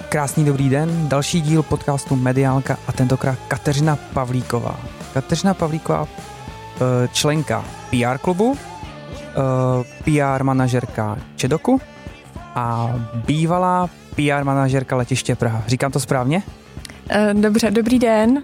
Krásný dobrý den, další díl podcastu Mediálka a tentokrát Kateřina Pavlíková. Kateřina Pavlíková, členka PR klubu, PR manažerka ČEDOKu a bývalá PR manažerka Letiště Praha. Říkám to správně? Dobře, dobrý den.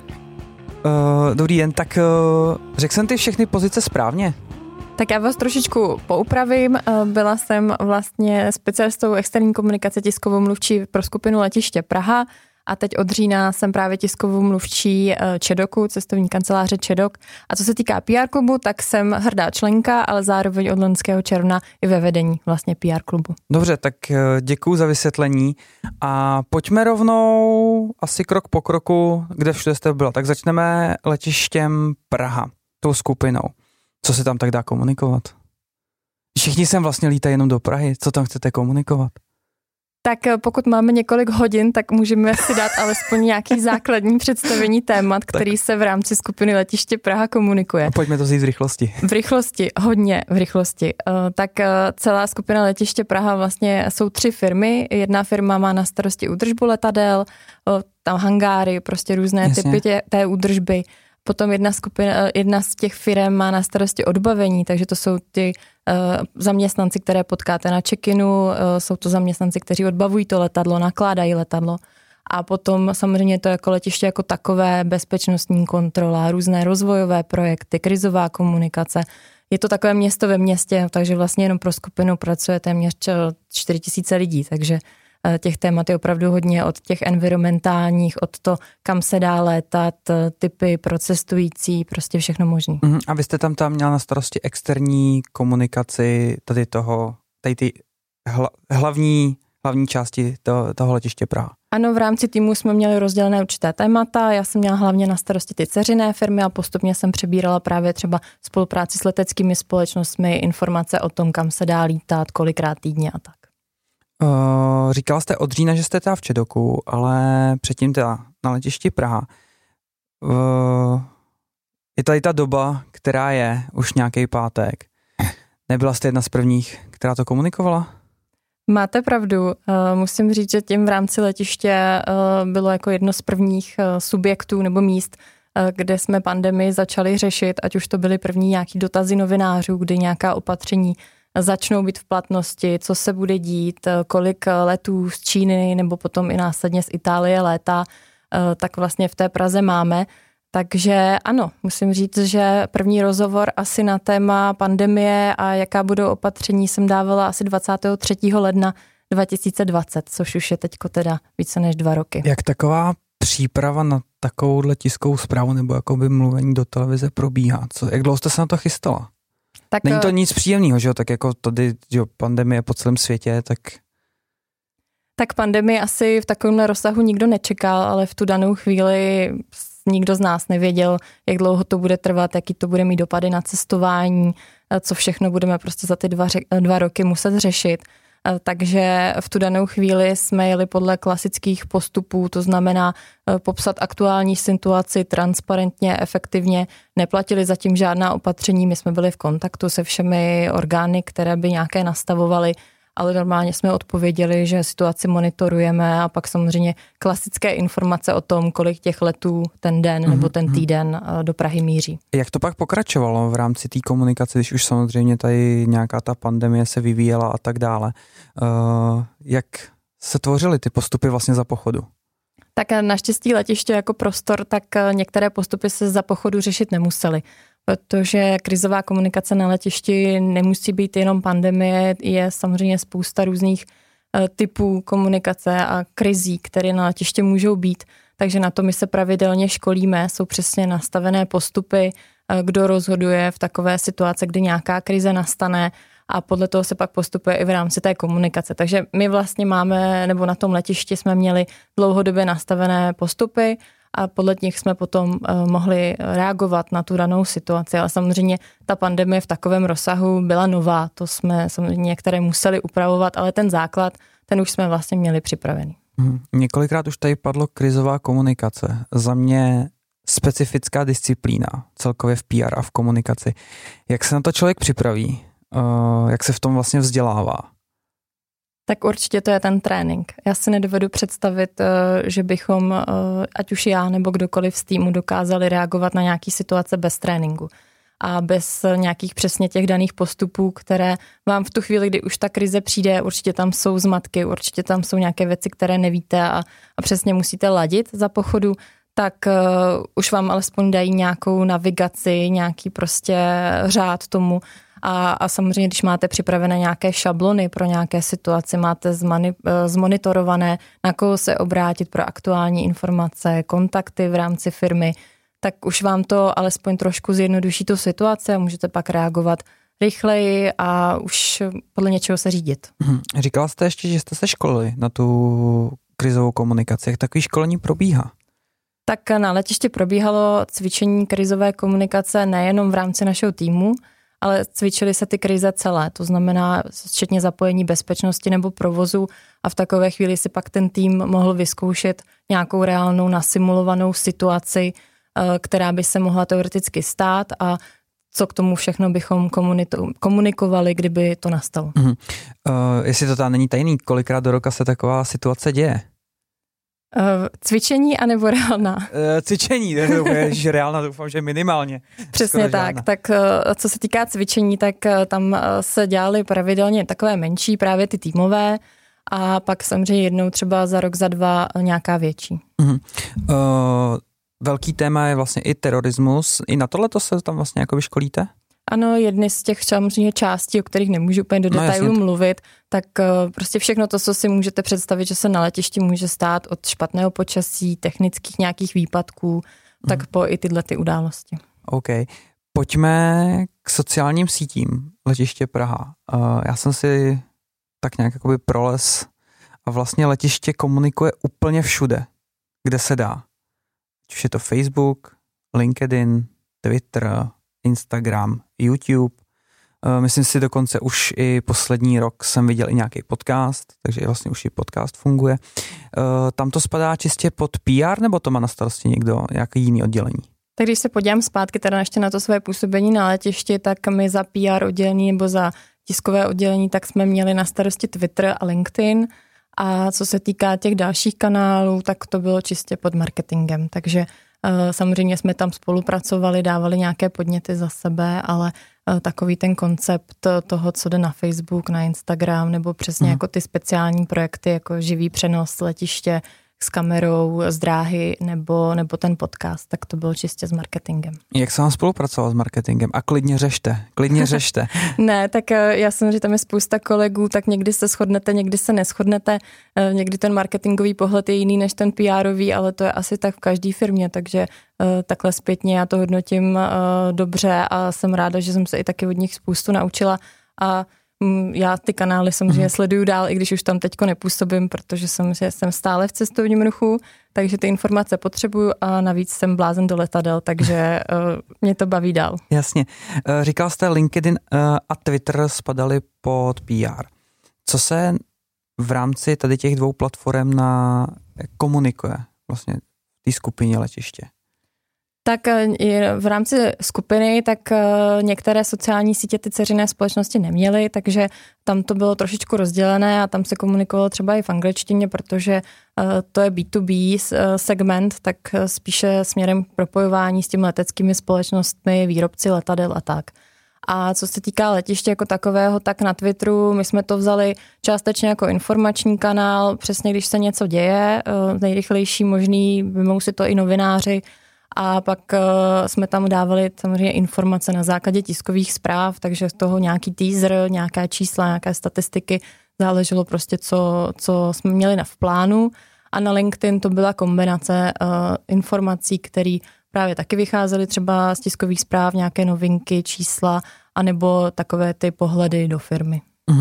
Dobrý den, tak řekl jsem ty všechny pozice správně? Tak já vás trošičku poupravím. Byla jsem vlastně specialistou externí komunikace, tiskovou mluvčí pro skupinu Letiště Praha a teď od října jsem právě tiskovou mluvčí ČEDOKu, cestovní kanceláře ČEDOK. A co se týká PR klubu, tak jsem hrdá členka, ale zároveň od loňského června i ve vedení vlastně PR klubu. Dobře, tak děkuju za vysvětlení a pojďme rovnou asi krok po kroku, kde všude jste byla. Tak začneme Letištěm Praha, tou skupinou. Co se tam tak dá komunikovat? Všichni sem vlastně lítají jenom do Prahy. Co tam chcete komunikovat? Tak pokud máme několik hodin, tak můžeme si dát alespoň nějaký základní představení témat, který se v rámci skupiny Letiště Praha komunikuje. A pojďme to vzít v rychlosti. V rychlosti, hodně v rychlosti. Tak celá skupina Letiště Praha vlastně jsou 3 firmy. Jedna firma má na starosti údržbu letadel, tam hangáry, prostě různé typy té údržby. Potom jedna z těch firm má na starosti odbavení, takže to jsou ty zaměstnanci, které potkáte na check-inu, jsou to zaměstnanci, kteří odbavují to letadlo, nakládají letadlo. A potom samozřejmě to jako letiště jako takové, bezpečnostní kontrola, různé rozvojové projekty, krizová komunikace. Je to takové město ve městě, takže vlastně jenom pro skupinu pracuje téměř 4 000 lidí, takže těch témat je opravdu hodně, od těch environmentálních, od to, kam se dá létat, typy pro cestující, prostě všechno možný. A vy jste tam měla na starosti externí komunikaci tady ty hlavní části toho Letiště Praha. Ano, v rámci týmu jsme měli rozdělené určité témata, já jsem měla hlavně na starosti ty dceřiné firmy a postupně jsem přebírala právě třeba spolupráci s leteckými společnostmi, informace o tom, kam se dá lítat, kolikrát týdně a tak. Říkala jste od října, že jste teda v ČEDOKu, ale předtím teda na Letišti Praha. Je tady ta doba, která je už nějaký pátek. Nebyla jste jedna z prvních, která to komunikovala? Máte pravdu. Musím říct, že tím v rámci letiště bylo jako jedno z prvních subjektů nebo míst, kde jsme pandemii začali řešit, ať už to byly první nějaký dotazy novinářů, kdy nějaká opatření začnou být v platnosti, co se bude dít, kolik letů z Číny nebo potom i následně z Itálie létá, tak vlastně v té Praze máme. Takže ano, musím říct, že první rozhovor asi na téma pandemie a jaká budou opatření jsem dávala asi 23. ledna 2020, což už je teďko teda více než 2 roky. Jak taková příprava na takovouhle tiskovou zprávu nebo jakoby mluvení do televize probíhá? Jak dlouho jste se na to chystala? Tak, není to nic příjemného, že jo? Tak jako tady, že jo, pandemie po celém světě, tak pandemii asi v takovémhle rozsahu nikdo nečekal, ale v tu danou chvíli nikdo z nás nevěděl, jak dlouho to bude trvat, jaký to bude mít dopady na cestování, co všechno budeme prostě za ty 2 roky muset řešit. Takže v tu danou chvíli jsme jeli podle klasických postupů, to znamená popsat aktuální situaci transparentně, efektivně, neplatili zatím žádná opatření, my jsme byli v kontaktu se všemi orgány, které by nějaké nastavovaly, ale normálně jsme odpověděli, že situaci monitorujeme a pak samozřejmě klasické informace o tom, kolik těch letů ten den nebo ten týden do Prahy míří. Jak to pak pokračovalo v rámci té komunikace, když už samozřejmě tady nějaká ta pandemie se vyvíjela a tak dále? Jak se tvořily ty postupy vlastně za pochodu? Tak naštěstí letiště jako prostor, tak některé postupy se za pochodu řešit nemusely. Protože krizová komunikace na letišti nemusí být jenom pandemie, je samozřejmě spousta různých typů komunikace a krizí, které na letiště můžou být. Takže na to my se pravidelně školíme, jsou přesně nastavené postupy, kdo rozhoduje v takové situaci, kdy nějaká krize nastane a podle toho se pak postupuje i v rámci té komunikace. Takže my vlastně máme, nebo na tom letišti jsme měli dlouhodobě nastavené postupy a podle nich jsme potom mohli reagovat na tu danou situaci. Ale samozřejmě ta pandemie v takovém rozsahu byla nová, to jsme samozřejmě některé museli upravovat, ale ten základ, ten už jsme vlastně měli připravený. Několikrát už tady padlo krizová komunikace. Za mě specifická disciplína celkově v PR a v komunikaci. Jak se na to člověk připraví? Jak se v tom vlastně vzdělává? Tak určitě to je ten trénink. Já si nedovedu představit, že bychom, ať už já nebo kdokoliv z týmu, dokázali reagovat na nějaký situace bez tréninku a bez nějakých přesně těch daných postupů, které vám v tu chvíli, kdy už ta krize přijde, určitě tam jsou zmatky, určitě tam jsou nějaké věci, které nevíte a přesně musíte ladit za pochodu, tak už vám alespoň dají nějakou navigaci, nějaký prostě řád tomu. A samozřejmě, když máte připravené nějaké šablony pro nějaké situace, máte zmonitorované, na koho se obrátit pro aktuální informace, kontakty v rámci firmy, tak už vám to alespoň trošku zjednoduší tu situaci a můžete pak reagovat rychleji a už podle něčeho se řídit. Říkala jste ještě, že jste se školili na tu krizovou komunikaci. Jak takový školení probíhá? Tak na letišti probíhalo cvičení krizové komunikace nejenom v rámci našeho týmu, ale cvičily se ty krize celé, to znamená včetně zapojení bezpečnosti nebo provozu a v takové chvíli si pak ten tým mohl vyzkoušet nějakou reálnou nasimulovanou situaci, která by se mohla teoreticky stát a co k tomu všechno bychom komunikovali, kdyby to nastalo. Jestli to tam není tajný, kolikrát do roka se taková situace děje? Cvičení anebo reálná? Cvičení, že reálná doufám, že minimálně. Přesně tak. Tak co se týká cvičení, tak tam se dělaly pravidelně takové menší, právě ty týmové a pak samozřejmě jednou třeba za rok, za dva nějaká větší. Velký téma je vlastně i terorismus. I na tohleto se tam vlastně jako vyškolíte? Ano, jedny z těch samozřejmě částí, o kterých nemůžu úplně do detailu mluvit, tak prostě všechno to, co si můžete představit, že se na letišti může stát od špatného počasí, technických nějakých výpadků, tak po i tyhle ty události. OK. Pojďme k sociálním sítím letiště Praha. Já jsem si tak nějak jakoby prolez a vlastně letiště komunikuje úplně všude, kde se dá. Už je to Facebook, LinkedIn, Twitter, Instagram, YouTube. Myslím si dokonce už i poslední rok jsem viděl i nějaký podcast, takže vlastně už i podcast funguje. Tam to spadá čistě pod PR, nebo to má na starosti někdo, nějaký jiný oddělení? Tak když se podívám zpátky teda ještě na to své působení na letišti, tak my za PR oddělení nebo za tiskové oddělení, tak jsme měli na starosti Twitter a LinkedIn. A co se týká těch dalších kanálů, tak to bylo čistě pod marketingem. Takže samozřejmě jsme tam spolupracovali, dávali nějaké podněty za sebe, ale takový ten koncept toho, co jde na Facebook, na Instagram, nebo přesně jako ty speciální projekty, jako živý přenos letiště s kamerou z dráhy, nebo ten podcast, tak to bylo čistě s marketingem. Jak se vám spolupracoval s marketingem? A klidně řešte. Ne, tak já jsem, že tam je spousta kolegů, tak někdy se shodnete, někdy se neshodnete, někdy ten marketingový pohled je jiný než ten PR-ový, ale to je asi tak v každé firmě, takže takhle zpětně já to hodnotím dobře a jsem ráda, že jsem se i taky od nich spoustu naučila a já ty kanály samozřejmě sleduju dál, i když už tam teďko nepůsobím, protože jsem stále v cestovním ruchu, takže ty informace potřebuju a navíc jsem blázen do letadel, takže mě to baví dál. Jasně. Říkal jste, LinkedIn a Twitter spadaly pod PR. Co se v rámci tady těch dvou platform komunikuje vlastně v té skupině letiště? Tak v rámci skupiny, tak některé sociální sítě ty dceřiné společnosti neměly, takže tam to bylo trošičku rozdělené a tam se komunikovalo třeba i v angličtině, protože to je B2B segment, tak spíše směrem propojování s těmi leteckými společnostmi, výrobci letadel a tak. A co se týká letiště jako takového, tak na Twitteru my jsme to vzali částečně jako informační kanál, přesně když se něco děje, nejrychlejší možný, vymou si to i novináři, a pak jsme tam dávali samozřejmě informace na základě tiskových zpráv, takže z toho nějaký teaser, nějaké čísla, nějaké statistiky, záleželo prostě, co jsme měli v plánu. A na LinkedIn to byla kombinace informací, které právě taky vycházely třeba z tiskových zpráv, nějaké novinky, čísla, anebo takové ty pohledy do firmy.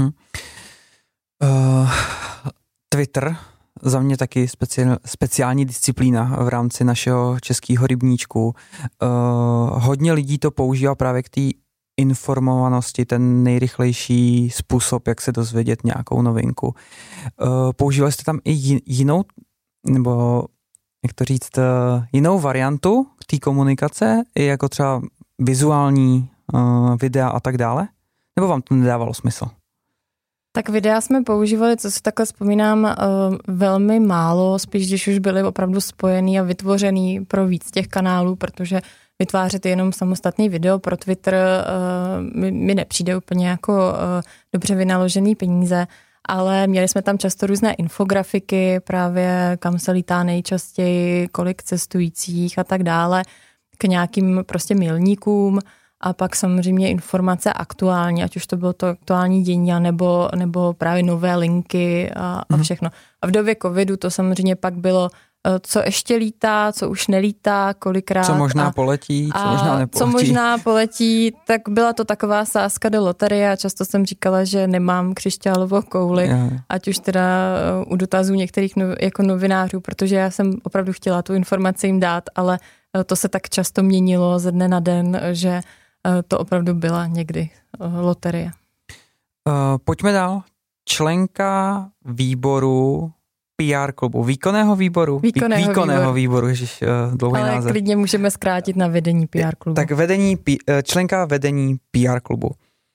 Twitter. Za mě taky speciální disciplína v rámci našeho českého rybníčku. Hodně lidí to používá právě k té informovanosti, ten nejrychlejší způsob, jak se dozvědět nějakou novinku. Používali jste tam i jinou, nebo jak to říct, jinou variantu té komunikace, i jako třeba vizuální videa a tak dále? Nebo vám to nedávalo smysl? Tak videa jsme používali, co si takhle vzpomínám, velmi málo, spíš když už byly opravdu spojený a vytvořený pro víc těch kanálů, protože vytvářet jenom samostatný video pro Twitter mi nepřijde úplně jako dobře vynaložený peníze, ale měli jsme tam často různé infografiky, právě kam se lítá nejčastěji, kolik cestujících a tak dále, k nějakým prostě milníkům. A pak samozřejmě informace aktuální, ať už to bylo to aktuální dění, nebo právě nové linky a všechno. A v době covidu to samozřejmě pak bylo, co ještě lítá, co už nelítá, kolikrát. Co možná poletí, co možná nepoletí. Co možná poletí, tak byla to taková sázka do loterie a často jsem říkala, že nemám křišťálovou kouli, ať už teda u dotazů některých jako novinářů, protože já jsem opravdu chtěla tu informaci jim dát, ale to se tak často měnilo ze dne na den, že to opravdu byla někdy loterie. Pojďme dál. Členka výboru PR klubu, výkonného výboru, ježiš, dlouhý název. Ale klidně můžeme zkrátit na vedení PR klubu. Tak členka vedení PR klubu.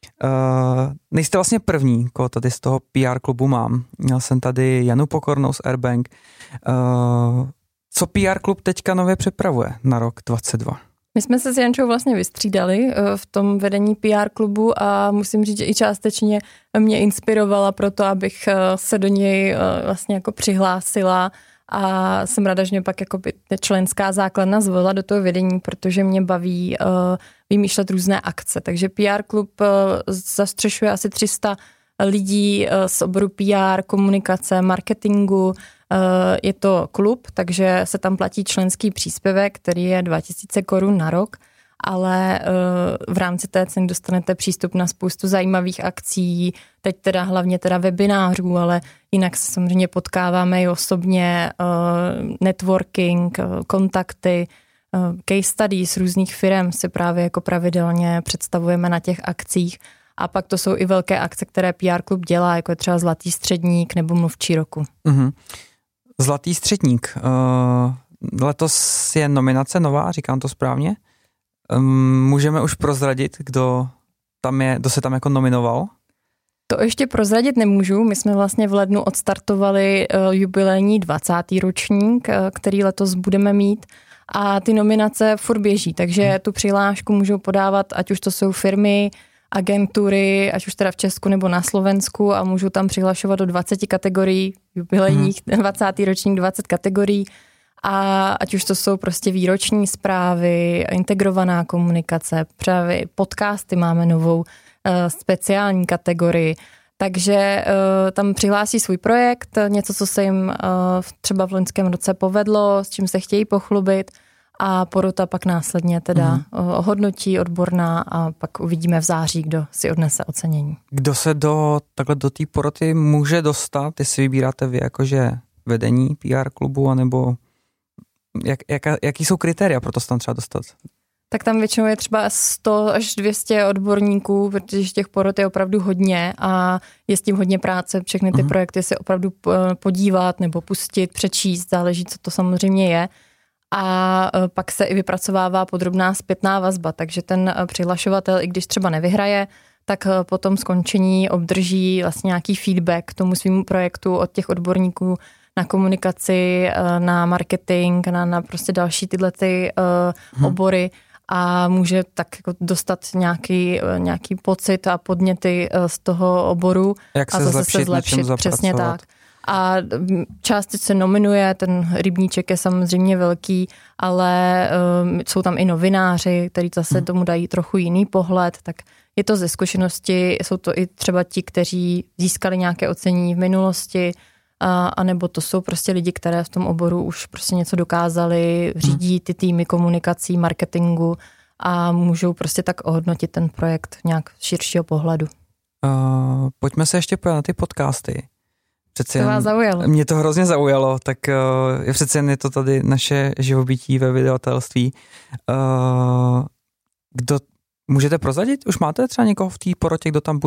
Nejste vlastně první, koho tady z toho PR klubu mám. Měl jsem tady Janu Pokornou z Airbank. Co PR klub teďka nově připravuje na rok 2022? My jsme se s Jančou vlastně vystřídali v tom vedení PR klubu a musím říct, že i částečně mě inspirovala pro to, abych se do něj vlastně jako přihlásila a jsem ráda, že mě pak jako členská základna zvolila do toho vedení, protože mě baví vymýšlet různé akce. Takže PR klub zastřešuje asi 300 lidí z oboru PR, komunikace, marketingu. Je to klub, takže se tam platí členský příspěvek, který je 2000 korun na rok, ale v rámci té ceny dostanete přístup na spoustu zajímavých akcí, teď teda hlavně teda webinářů, ale jinak se samozřejmě potkáváme i osobně, networking, kontakty, case studies různých firem si právě jako pravidelně představujeme na těch akcích. A pak to jsou i velké akce, které PR klub dělá, jako je třeba Zlatý středník nebo Mluvčí roku. Mm-hmm. Zlatý středník. Letos je nominace nová, říkám to správně. Můžeme už prozradit, kdo se tam jako nominoval? To ještě prozradit nemůžu. My jsme vlastně v lednu odstartovali jubilejní 20. ročník, který letos budeme mít. A ty nominace furt běží, takže tu přihlášku můžou podávat, ať už to jsou firmy, agentury, ať už teda v Česku nebo na Slovensku a můžu tam přihlašovat do 20 kategorií, jubilejních 20. ročník 20 kategorií a ať už to jsou prostě výroční zprávy, integrovaná komunikace, právě podcasty máme novou speciální kategorii, takže tam přihlásí svůj projekt, něco, co se jim třeba v loňském roce povedlo, s čím se chtějí pochlubit a porota pak následně teda ohodnotí odborná a pak uvidíme v září, kdo si odnese ocenění. Kdo se do té poroty může dostat, jestli vybíráte vy jakože vedení PR klubu, anebo jaký jsou kritéria pro to se tam třeba dostat? Tak tam většinou je třeba 100 až 200 odborníků, protože těch porot je opravdu hodně a je s tím hodně práce, všechny ty projekty si opravdu podívat nebo pustit, přečíst, záleží, co to samozřejmě je. A pak se i vypracovává podrobná zpětná vazba, takže ten přihlašovatel, i když třeba nevyhraje, tak po tom skončení obdrží vlastně nějaký feedback k tomu svýmu projektu od těch odborníků na komunikaci, na marketing, na prostě další tyhle ty obory a může tak jako dostat nějaký pocit a podněty z toho oboru jak a zase se zlepšit, přesně tak. A částečně se nominuje, ten rybníček je samozřejmě velký, ale jsou tam i novináři, kteří zase tomu dají trochu jiný pohled, tak je to ze zkušenosti, jsou to i třeba ti, kteří získali nějaké ocenění v minulosti, anebo to jsou prostě lidi, které v tom oboru už prostě něco dokázali, řídí ty týmy komunikací, marketingu a můžou prostě tak ohodnotit ten projekt nějak z širšího pohledu. Pojďme se ještě pojít na ty podcasty. To vás zaujalo. Mě to hrozně zaujalo, tak přece jen je to tady naše živobytí ve vydavatelství. Kdo můžete prozradit? Už máte třeba někoho v té porotě, kdo tam bude?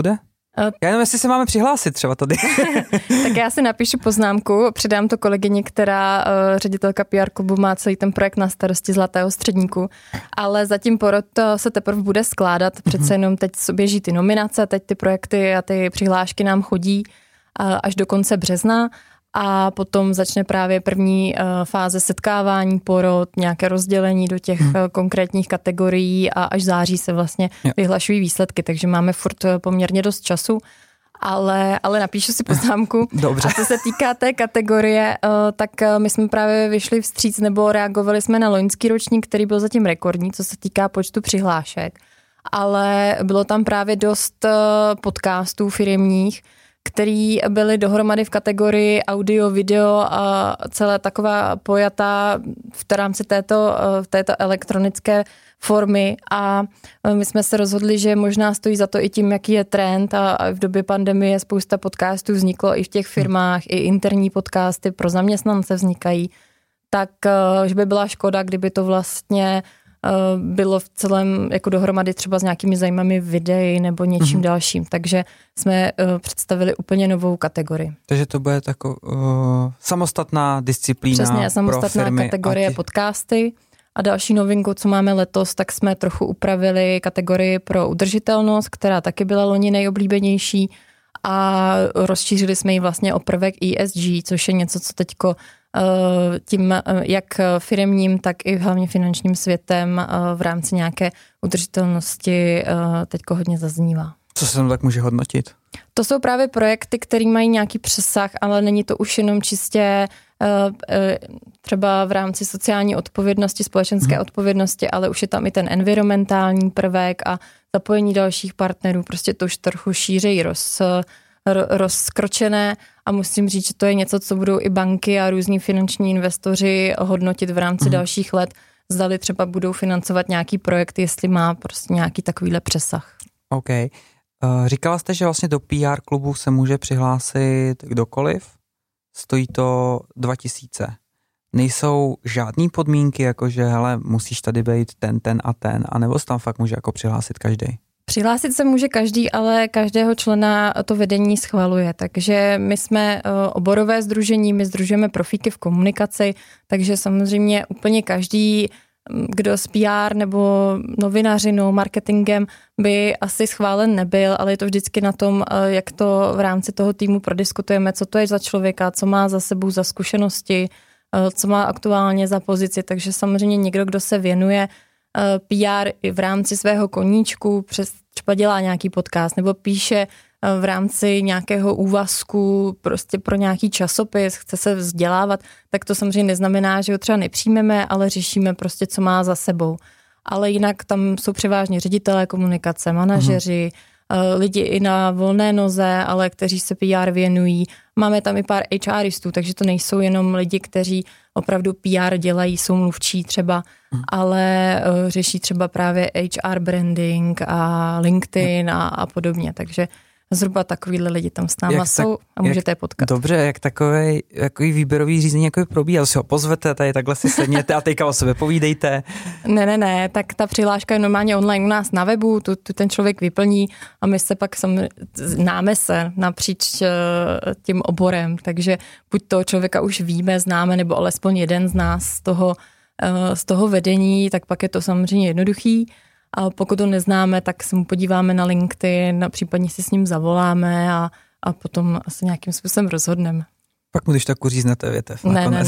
Já jenom, jestli se máme přihlásit třeba tady. Tak já si napíšu poznámku, předám to kolegyni, která ředitelka PR klubu má celý ten projekt na starosti Zlatého středníku, ale zatím porod se teprve bude skládat, přece jenom teď běží ty nominace, teď ty projekty a ty přihlášky nám chodí až do konce března a potom začne právě první fáze setkávání porod, nějaké rozdělení do těch konkrétních kategorií a až září se vlastně vyhlašují výsledky, takže máme furt poměrně dost času, ale napíšu si poznámku. Dobře. A co se týká té kategorie, tak my jsme právě vyšli vstříc nebo reagovali jsme na loňský ročník, který byl zatím rekordní, co se týká počtu přihlášek, ale bylo tam právě dost podcastů firemních, který byly dohromady v kategorii audio, video a celé taková pojatá v rámci této elektronické formy a my jsme se rozhodli, že možná stojí za to i tím, jaký je trend a v době pandemie spousta podcastů vzniklo i v těch firmách, i interní podcasty pro zaměstnance vznikají, tak že by byla škoda, kdyby to vlastně bylo v celém jako dohromady třeba s nějakými zajímavými videi nebo něčím dalším. Takže jsme představili úplně novou kategorii. Takže to bude samostatná disciplína. Přesně, samostatná pro firmy kategorie podcasty. A další novinku, co máme letos, tak jsme trochu upravili kategorii pro udržitelnost, která taky byla loni nejoblíbenější a rozšířili jsme ji vlastně o prvek ESG, což je něco, co teďko tím jak firemním, tak i hlavně finančním světem v rámci nějaké udržitelnosti teďko hodně zaznívá. Co se tam tak může hodnotit? To jsou právě projekty, které mají nějaký přesah, ale není to už jenom čistě třeba v rámci sociální odpovědnosti, společenské odpovědnosti, ale už je tam i ten environmentální prvek a zapojení dalších partnerů, prostě to už trochu šířeji rozkročené a musím říct, že to je něco, co budou i banky a různí finanční investoři hodnotit v rámci dalších let. Zdali třeba budou financovat nějaký projekt, jestli má prostě nějaký takovýhle přesah. OK. Říkala jste, že vlastně do PR klubu se může přihlásit kdokoliv. Stojí to 2000. Nejsou žádný podmínky, jakože hele, musíš tady být ten a ten, anebo se tam fakt může jako přihlásit každý? Přihlásit se může každý, ale každého člena to vedení schvaluje. Takže my jsme oborové sdružení, my sdružujeme profíky v komunikaci, takže samozřejmě úplně každý, kdo s PR nebo novinařinou, marketingem by asi schválen nebyl, ale je to vždycky na tom, jak to v rámci toho týmu prodiskutujeme, co to je za člověka, co má za sebou za zkušenosti, co má aktuálně za pozici, takže samozřejmě někdo, kdo se věnuje PR v rámci svého koníčku, třeba dělá nějaký podcast nebo píše v rámci nějakého úvazku prostě pro nějaký časopis, chce se vzdělávat, tak to samozřejmě neznamená, že ho třeba nepřijmeme, ale řešíme prostě, co má za sebou. Ale jinak tam jsou převážně ředitelé komunikace, manažeři, lidi i na volné noze, ale kteří se PR věnují. Máme tam i pár HRistů, takže to nejsou jenom lidi, kteří opravdu PR dělají, jsou mluvčí třeba, ale řeší třeba právě HR branding a LinkedIn a podobně, takže zhruba takovýhle lidi tam s náma jsou a můžete je potkat. Dobře, jak takový výběrový řízení jako probíhá, si ho pozvete, tady takhle si sedněte a teďka o sebe povídejte. Ne, tak ta přihláška je normálně online u nás na webu, tu ten člověk vyplní a my se pak známe se napříč tím oborem, takže buď toho člověka už víme, známe, nebo alespoň jeden z nás z toho vedení, tak pak je to samozřejmě jednoduchý. A pokud to neznáme, tak se mu podíváme na LinkedIn, případně si s ním zavoláme a potom asi nějakým způsobem rozhodneme. Pak mu když tak uříznete větev. Ne.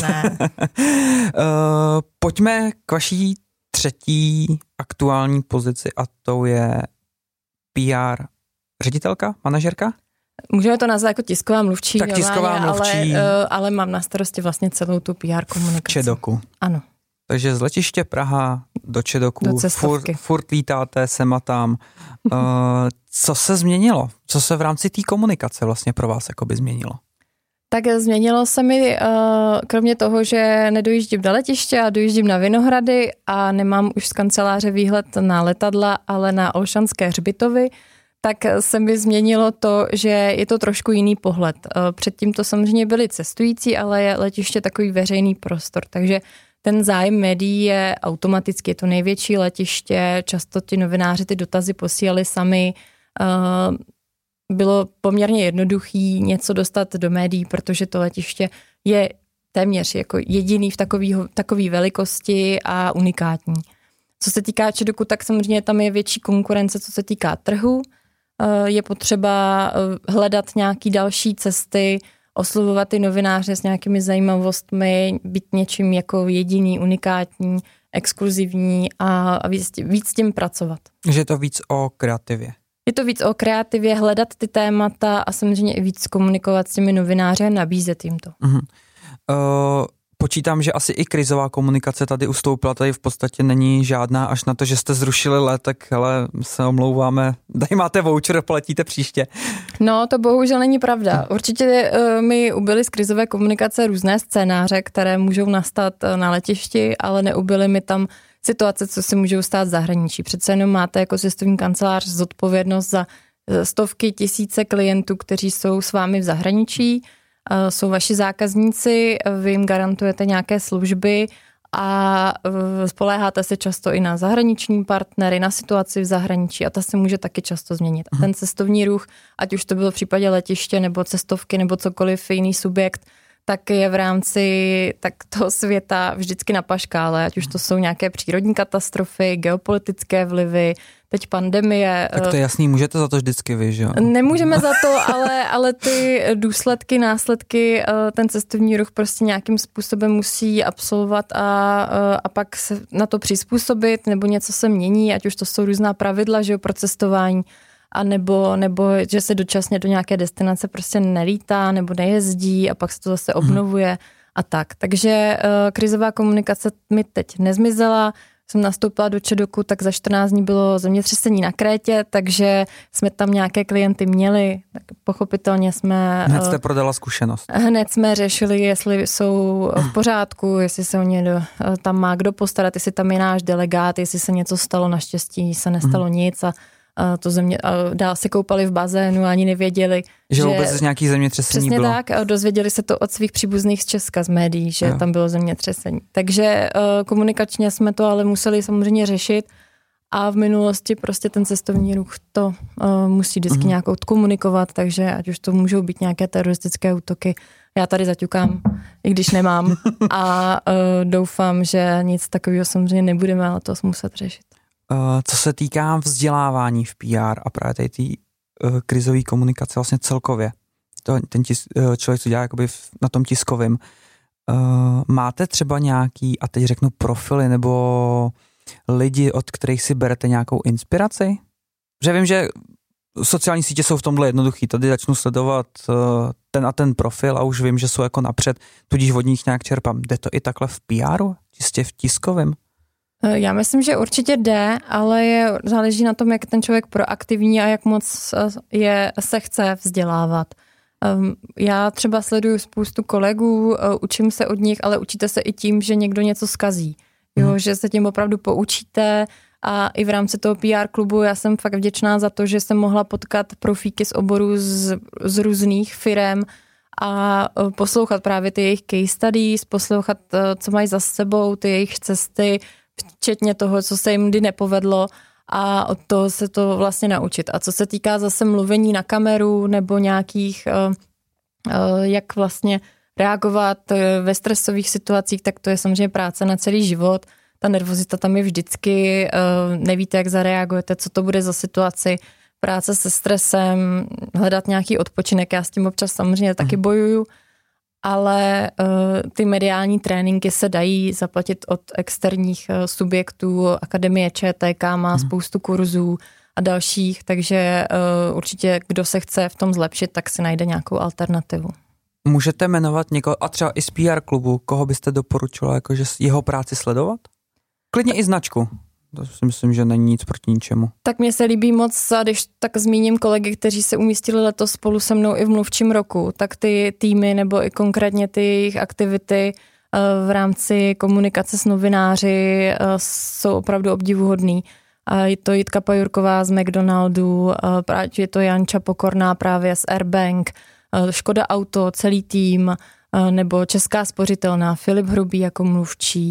Pojďme k vaší třetí aktuální pozici a to je PR ředitelka, manažerka? Můžeme to nazvat jako tisková mluvčí. Tak tisková mluvčí. Ale mám na starosti vlastně celou tu PR komunikaci. Čedoku. Ano. Takže z letiště Praha do Čedoku, furt lítáte sem a tam. Co se změnilo? Co se v rámci té komunikace vlastně pro vás jakoby změnilo? Tak změnilo se mi, kromě toho, že nedojíždím na letiště a dojíždím na Vinohrady a nemám už z kanceláře výhled na letadla, ale na Olšanské hřbitovy, tak se mi změnilo to, že je to trošku jiný pohled. Předtím to samozřejmě byli cestující, ale je letiště takový veřejný prostor, takže ten zájem médií je automaticky, je to největší letiště, často ti novináři ty dotazy posílali sami. bylo poměrně jednoduchý něco dostat do médií, protože to letiště je téměř jako jediný v takové velikosti a unikátní. Co se týká Čedoku, tak samozřejmě tam je větší konkurence, co se týká trhu. Je potřeba hledat nějaké další cesty, oslovovat ty novináře s nějakými zajímavostmi, být něčím jako jediný, unikátní, exkluzivní a víc s tím pracovat. Že je to víc o kreativě. Je to víc o kreativě, hledat ty témata a samozřejmě i víc komunikovat s těmi novináři a nabízet jim to. Počítám, že asi i krizová komunikace tady ustoupila, tady v podstatě není žádná, až na to, že jste zrušili let, tak ale se omlouváme, tady máte voucher, poletíte příště. No, to bohužel není pravda. Určitě mi ubyly z krizové komunikace různé scénáře, které můžou nastat na letišti, ale neubyly mi tam situace, co se můžou stát v zahraničí. Přece jenom máte jako cestovní kancelář zodpovědnost za stovky, tisíce klientů, kteří jsou s vámi v zahraničí, jsou vaši zákazníci, vy jim garantujete nějaké služby a spoléháte se často i na zahraniční partnery, na situaci v zahraničí a ta se může taky často změnit. A ten cestovní ruch, ať už to bylo v případě letiště nebo cestovky nebo cokoliv jiný subjekt, tak je v rámci toho světa vždycky na paškále, ať už to jsou nějaké přírodní katastrofy, geopolitické vlivy, teď pandemie. Tak to je jasný, můžete za to vždycky vy, že jo? Nemůžeme za to, ale ty důsledky, následky, ten cestovní ruch prostě nějakým způsobem musí absolvovat a pak se na to přizpůsobit, nebo něco se mění, ať už to jsou různá pravidla, že jo, pro cestování, a nebo že se dočasně do nějaké destinace prostě nelítá nebo nejezdí a pak se to zase obnovuje a tak. Takže krizová komunikace mi teď nezmizela. Jsem nastoupila do Čedoku, tak za 14 dní bylo zemětřesení na Krétě, takže jsme tam nějaké klienty měli. Tak pochopitelně jsme... Hned jste prodala zkušenost. Hned jsme řešili, jestli jsou v pořádku, jestli se o ně tam má kdo postarat, jestli tam je náš delegát, jestli se něco stalo, naštěstí se nestalo nic a dál se koupali v bazénu a ani nevěděli, že vůbec nějaký zemětřesení přesně bylo. Tak, a dozvěděli se to od svých příbuzných z Česka, z médií, že tam bylo zemětřesení. Takže komunikačně jsme to ale museli samozřejmě řešit a v minulosti prostě ten cestovní ruch to musí vždycky nějak odkomunikovat, takže ať už to můžou být nějaké teroristické útoky, já tady zaťukám, i když nemám a doufám, že nic takového samozřejmě nebudeme ale to muset řešit. Co se týká vzdělávání v PR a právě tady té krizové komunikace vlastně celkově, ten člověk, co dělá jakoby na tom tiskovém, máte třeba nějaký, a teď řeknu profily, nebo lidi, od kterých si berete nějakou inspiraci? Že vím, že sociální sítě jsou v tomhle jednoduchý, tady začnu sledovat ten a ten profil a už vím, že jsou jako napřed, tudíž od nich nějak čerpám. Jde to i takhle v PR-u, čistě v tiskovém? Já myslím, že určitě jde, ale záleží na tom, jak ten člověk proaktivní a jak moc se chce vzdělávat. Já třeba sleduju spoustu kolegů, učím se od nich, ale učíte se i tím, že někdo něco zkazí. Jo, že se tím opravdu poučíte a i v rámci toho PR klubu já jsem fakt vděčná za to, že jsem mohla potkat profíky z oboru z různých firem a poslouchat právě ty jejich case studies, poslouchat, co mají za sebou, ty jejich cesty, včetně toho, co se jim kdy nepovedlo a od toho se to vlastně naučit. A co se týká zase mluvení na kameru nebo nějakých, jak vlastně reagovat ve stresových situacích, tak to je samozřejmě práce na celý život. Ta nervozita tam je vždycky, nevíte, jak zareagujete, co to bude za situaci, práce se stresem, hledat nějaký odpočinek. Já s tím občas samozřejmě taky bojuju, ale ty mediální tréninky se dají zaplatit od externích subjektů. Akademie ČTK má spoustu kurzů a dalších, takže určitě, kdo se chce v tom zlepšit, tak si najde nějakou alternativu. Můžete jmenovat někoho, a třeba i z PR klubu, koho byste doporučila jakože jeho práci sledovat? Klidně i značku. To si myslím, že není nic proti ničemu. Tak mně se líbí moc, a když tak zmíním kolegy, kteří se umístili letos spolu se mnou i v mluvčím roku, tak ty týmy nebo i konkrétně ty jejich aktivity v rámci komunikace s novináři jsou opravdu obdivuhodný. Je to Jitka Pajurková z McDonaldu, je to Janča Pokorná právě z Airbank, Škoda Auto, celý tým, nebo Česká spořitelná, Filip Hrubý jako mluvčí,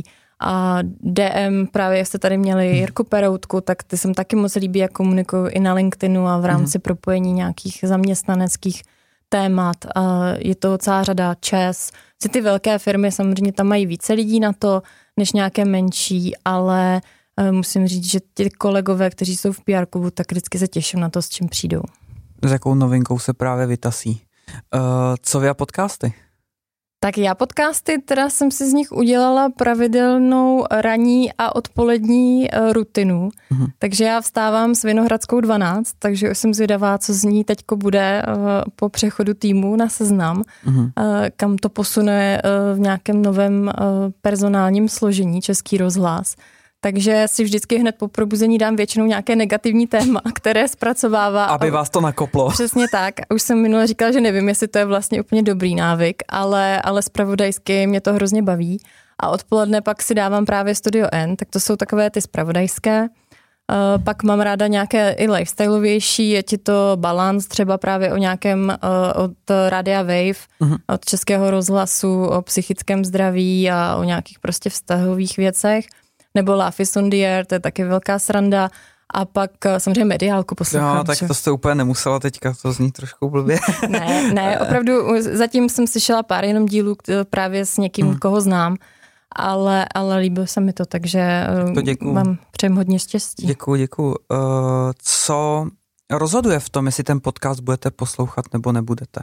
A DM, právě jste tady měli Jirku Peroutku, tak ty se mi taky moc líbí, jak komunikuju i na LinkedInu a v rámci propojení nějakých zaměstnaneckých témat. A je to celá řada ČES. Ty velké firmy samozřejmě tam mají více lidí na to, než nějaké menší, ale musím říct, že ty kolegové, kteří jsou v PR klubu, tak vždycky se těším na to, s čím přijdou. S jakou novinkou se právě vytasí? Co vy a podcasty? Tak já podcasty, teda jsem si z nich udělala pravidelnou ranní a odpolední rutinu, takže já vstávám s Vinohradskou 12, takže už jsem zvědavá, co z ní teďko bude po přechodu týmu na Seznam, kam to posune v nějakém novém personálním složení Český rozhlas. Takže si vždycky hned po probuzení dám většinou nějaké negativní téma, které zpracovává. Aby vás to nakoplo. Přesně tak. Už jsem minule říkala, že nevím, jestli to je vlastně úplně dobrý návyk, ale zpravodajsky mě to hrozně baví. A odpoledne pak si dávám právě Studio N, tak to jsou takové ty zpravodajské. Pak mám ráda nějaké i lifestyleovější, je ti to Balance, třeba právě o nějakém od Radia Wave, od Českého rozhlasu, o psychickém zdraví a o nějakých prostě vztahových věcech. Nebo Laugh is on the air, to je taky velká sranda. A pak samozřejmě mediálku poslouchám. No, tak to jste úplně nemusela teďka, to zní trošku blbě. Ne, opravdu zatím jsem slyšela pár jenom dílů právě s někým, koho znám, ale líbilo se mi to, takže vám přejem hodně štěstí. Děkuju. Co rozhoduje v tom, jestli ten podcast budete poslouchat nebo nebudete?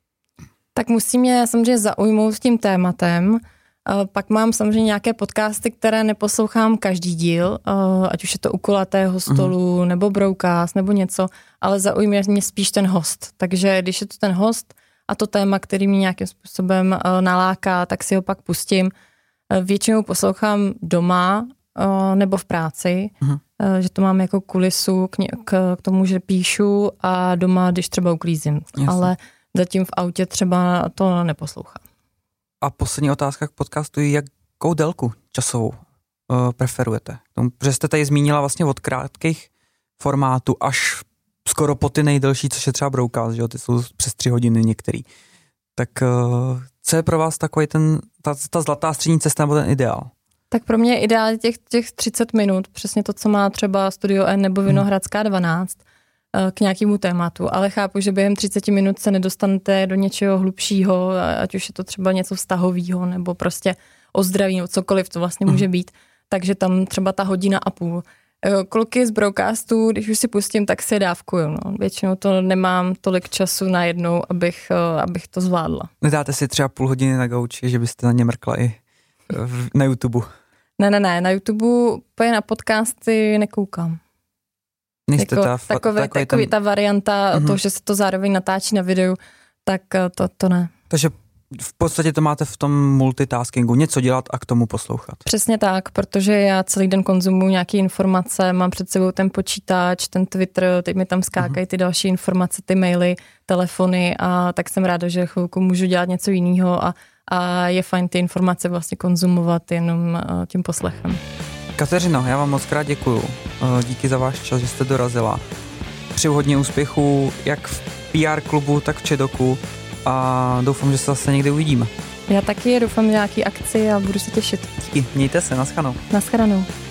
Tak musí mě samozřejmě zaujmout s tím tématem. Pak mám samozřejmě nějaké podcasty, které neposlouchám každý díl, ať už je to u kulatého stolu, nebo broadcast, nebo něco, ale zaujme mě spíš ten host. Takže když je to ten host a to téma, který mě nějakým způsobem naláká, tak si ho pak pustím. Většinou poslouchám doma nebo v práci, že to mám jako kulisu k tomu, že píšu a doma, když třeba uklízím. Jasně. Ale zatím v autě třeba to neposlouchám. A poslední otázka k podcastu, jakou délku časovou preferujete? Protože jste tady zmínila vlastně od krátkých formátů až skoro po ty nejdelší, což je třeba broadcast, že jo? Ty jsou přes 3 hodiny některý. Tak co je pro vás takový ta zlatá střední cesta nebo ten ideál? Tak pro mě je ideál těch 30 minut, přesně to, co má třeba Studio N nebo Vinohradská 12 k nějakému tématu, ale chápu, že během 30 minut se nedostanete do něčeho hlubšího, ať už je to třeba něco vztahového nebo prostě o zdraví nebo cokoliv to vlastně může být, takže tam třeba ta 1,5 hodiny. Kluky z broadcastu, když už si pustím, tak si je dávkuju. No. Většinou to nemám tolik času najednou, abych to zvládla. Nedáte si třeba 0,5 hodiny na gauči, že byste na ně mrkla i na YouTube? Ne, na YouTube na podcasty nekoukám. Jako takový ta varianta, to, že se to zároveň natáčí na videu, tak to ne. Takže v podstatě to máte v tom multitaskingu, něco dělat a k tomu poslouchat. Přesně tak, protože já celý den konzumuju nějaké informace, mám před sebou ten počítač, ten Twitter, teď mi tam skákají ty další informace, ty maily, telefony a tak jsem ráda, že chvilku můžu dělat něco jiného a je fajn ty informace vlastně konzumovat jenom tím poslechem. Kateřino, já vám moc krát děkuju. Díky za váš čas, že jste dorazila. Přeju hodně úspěchů, jak v PR klubu, tak v Čedoku a doufám, že se zase někdy uvidíme. Já taky doufám v nějaký akci a budu se těšit. Díky, mějte se, naschledanou. Naschledanou.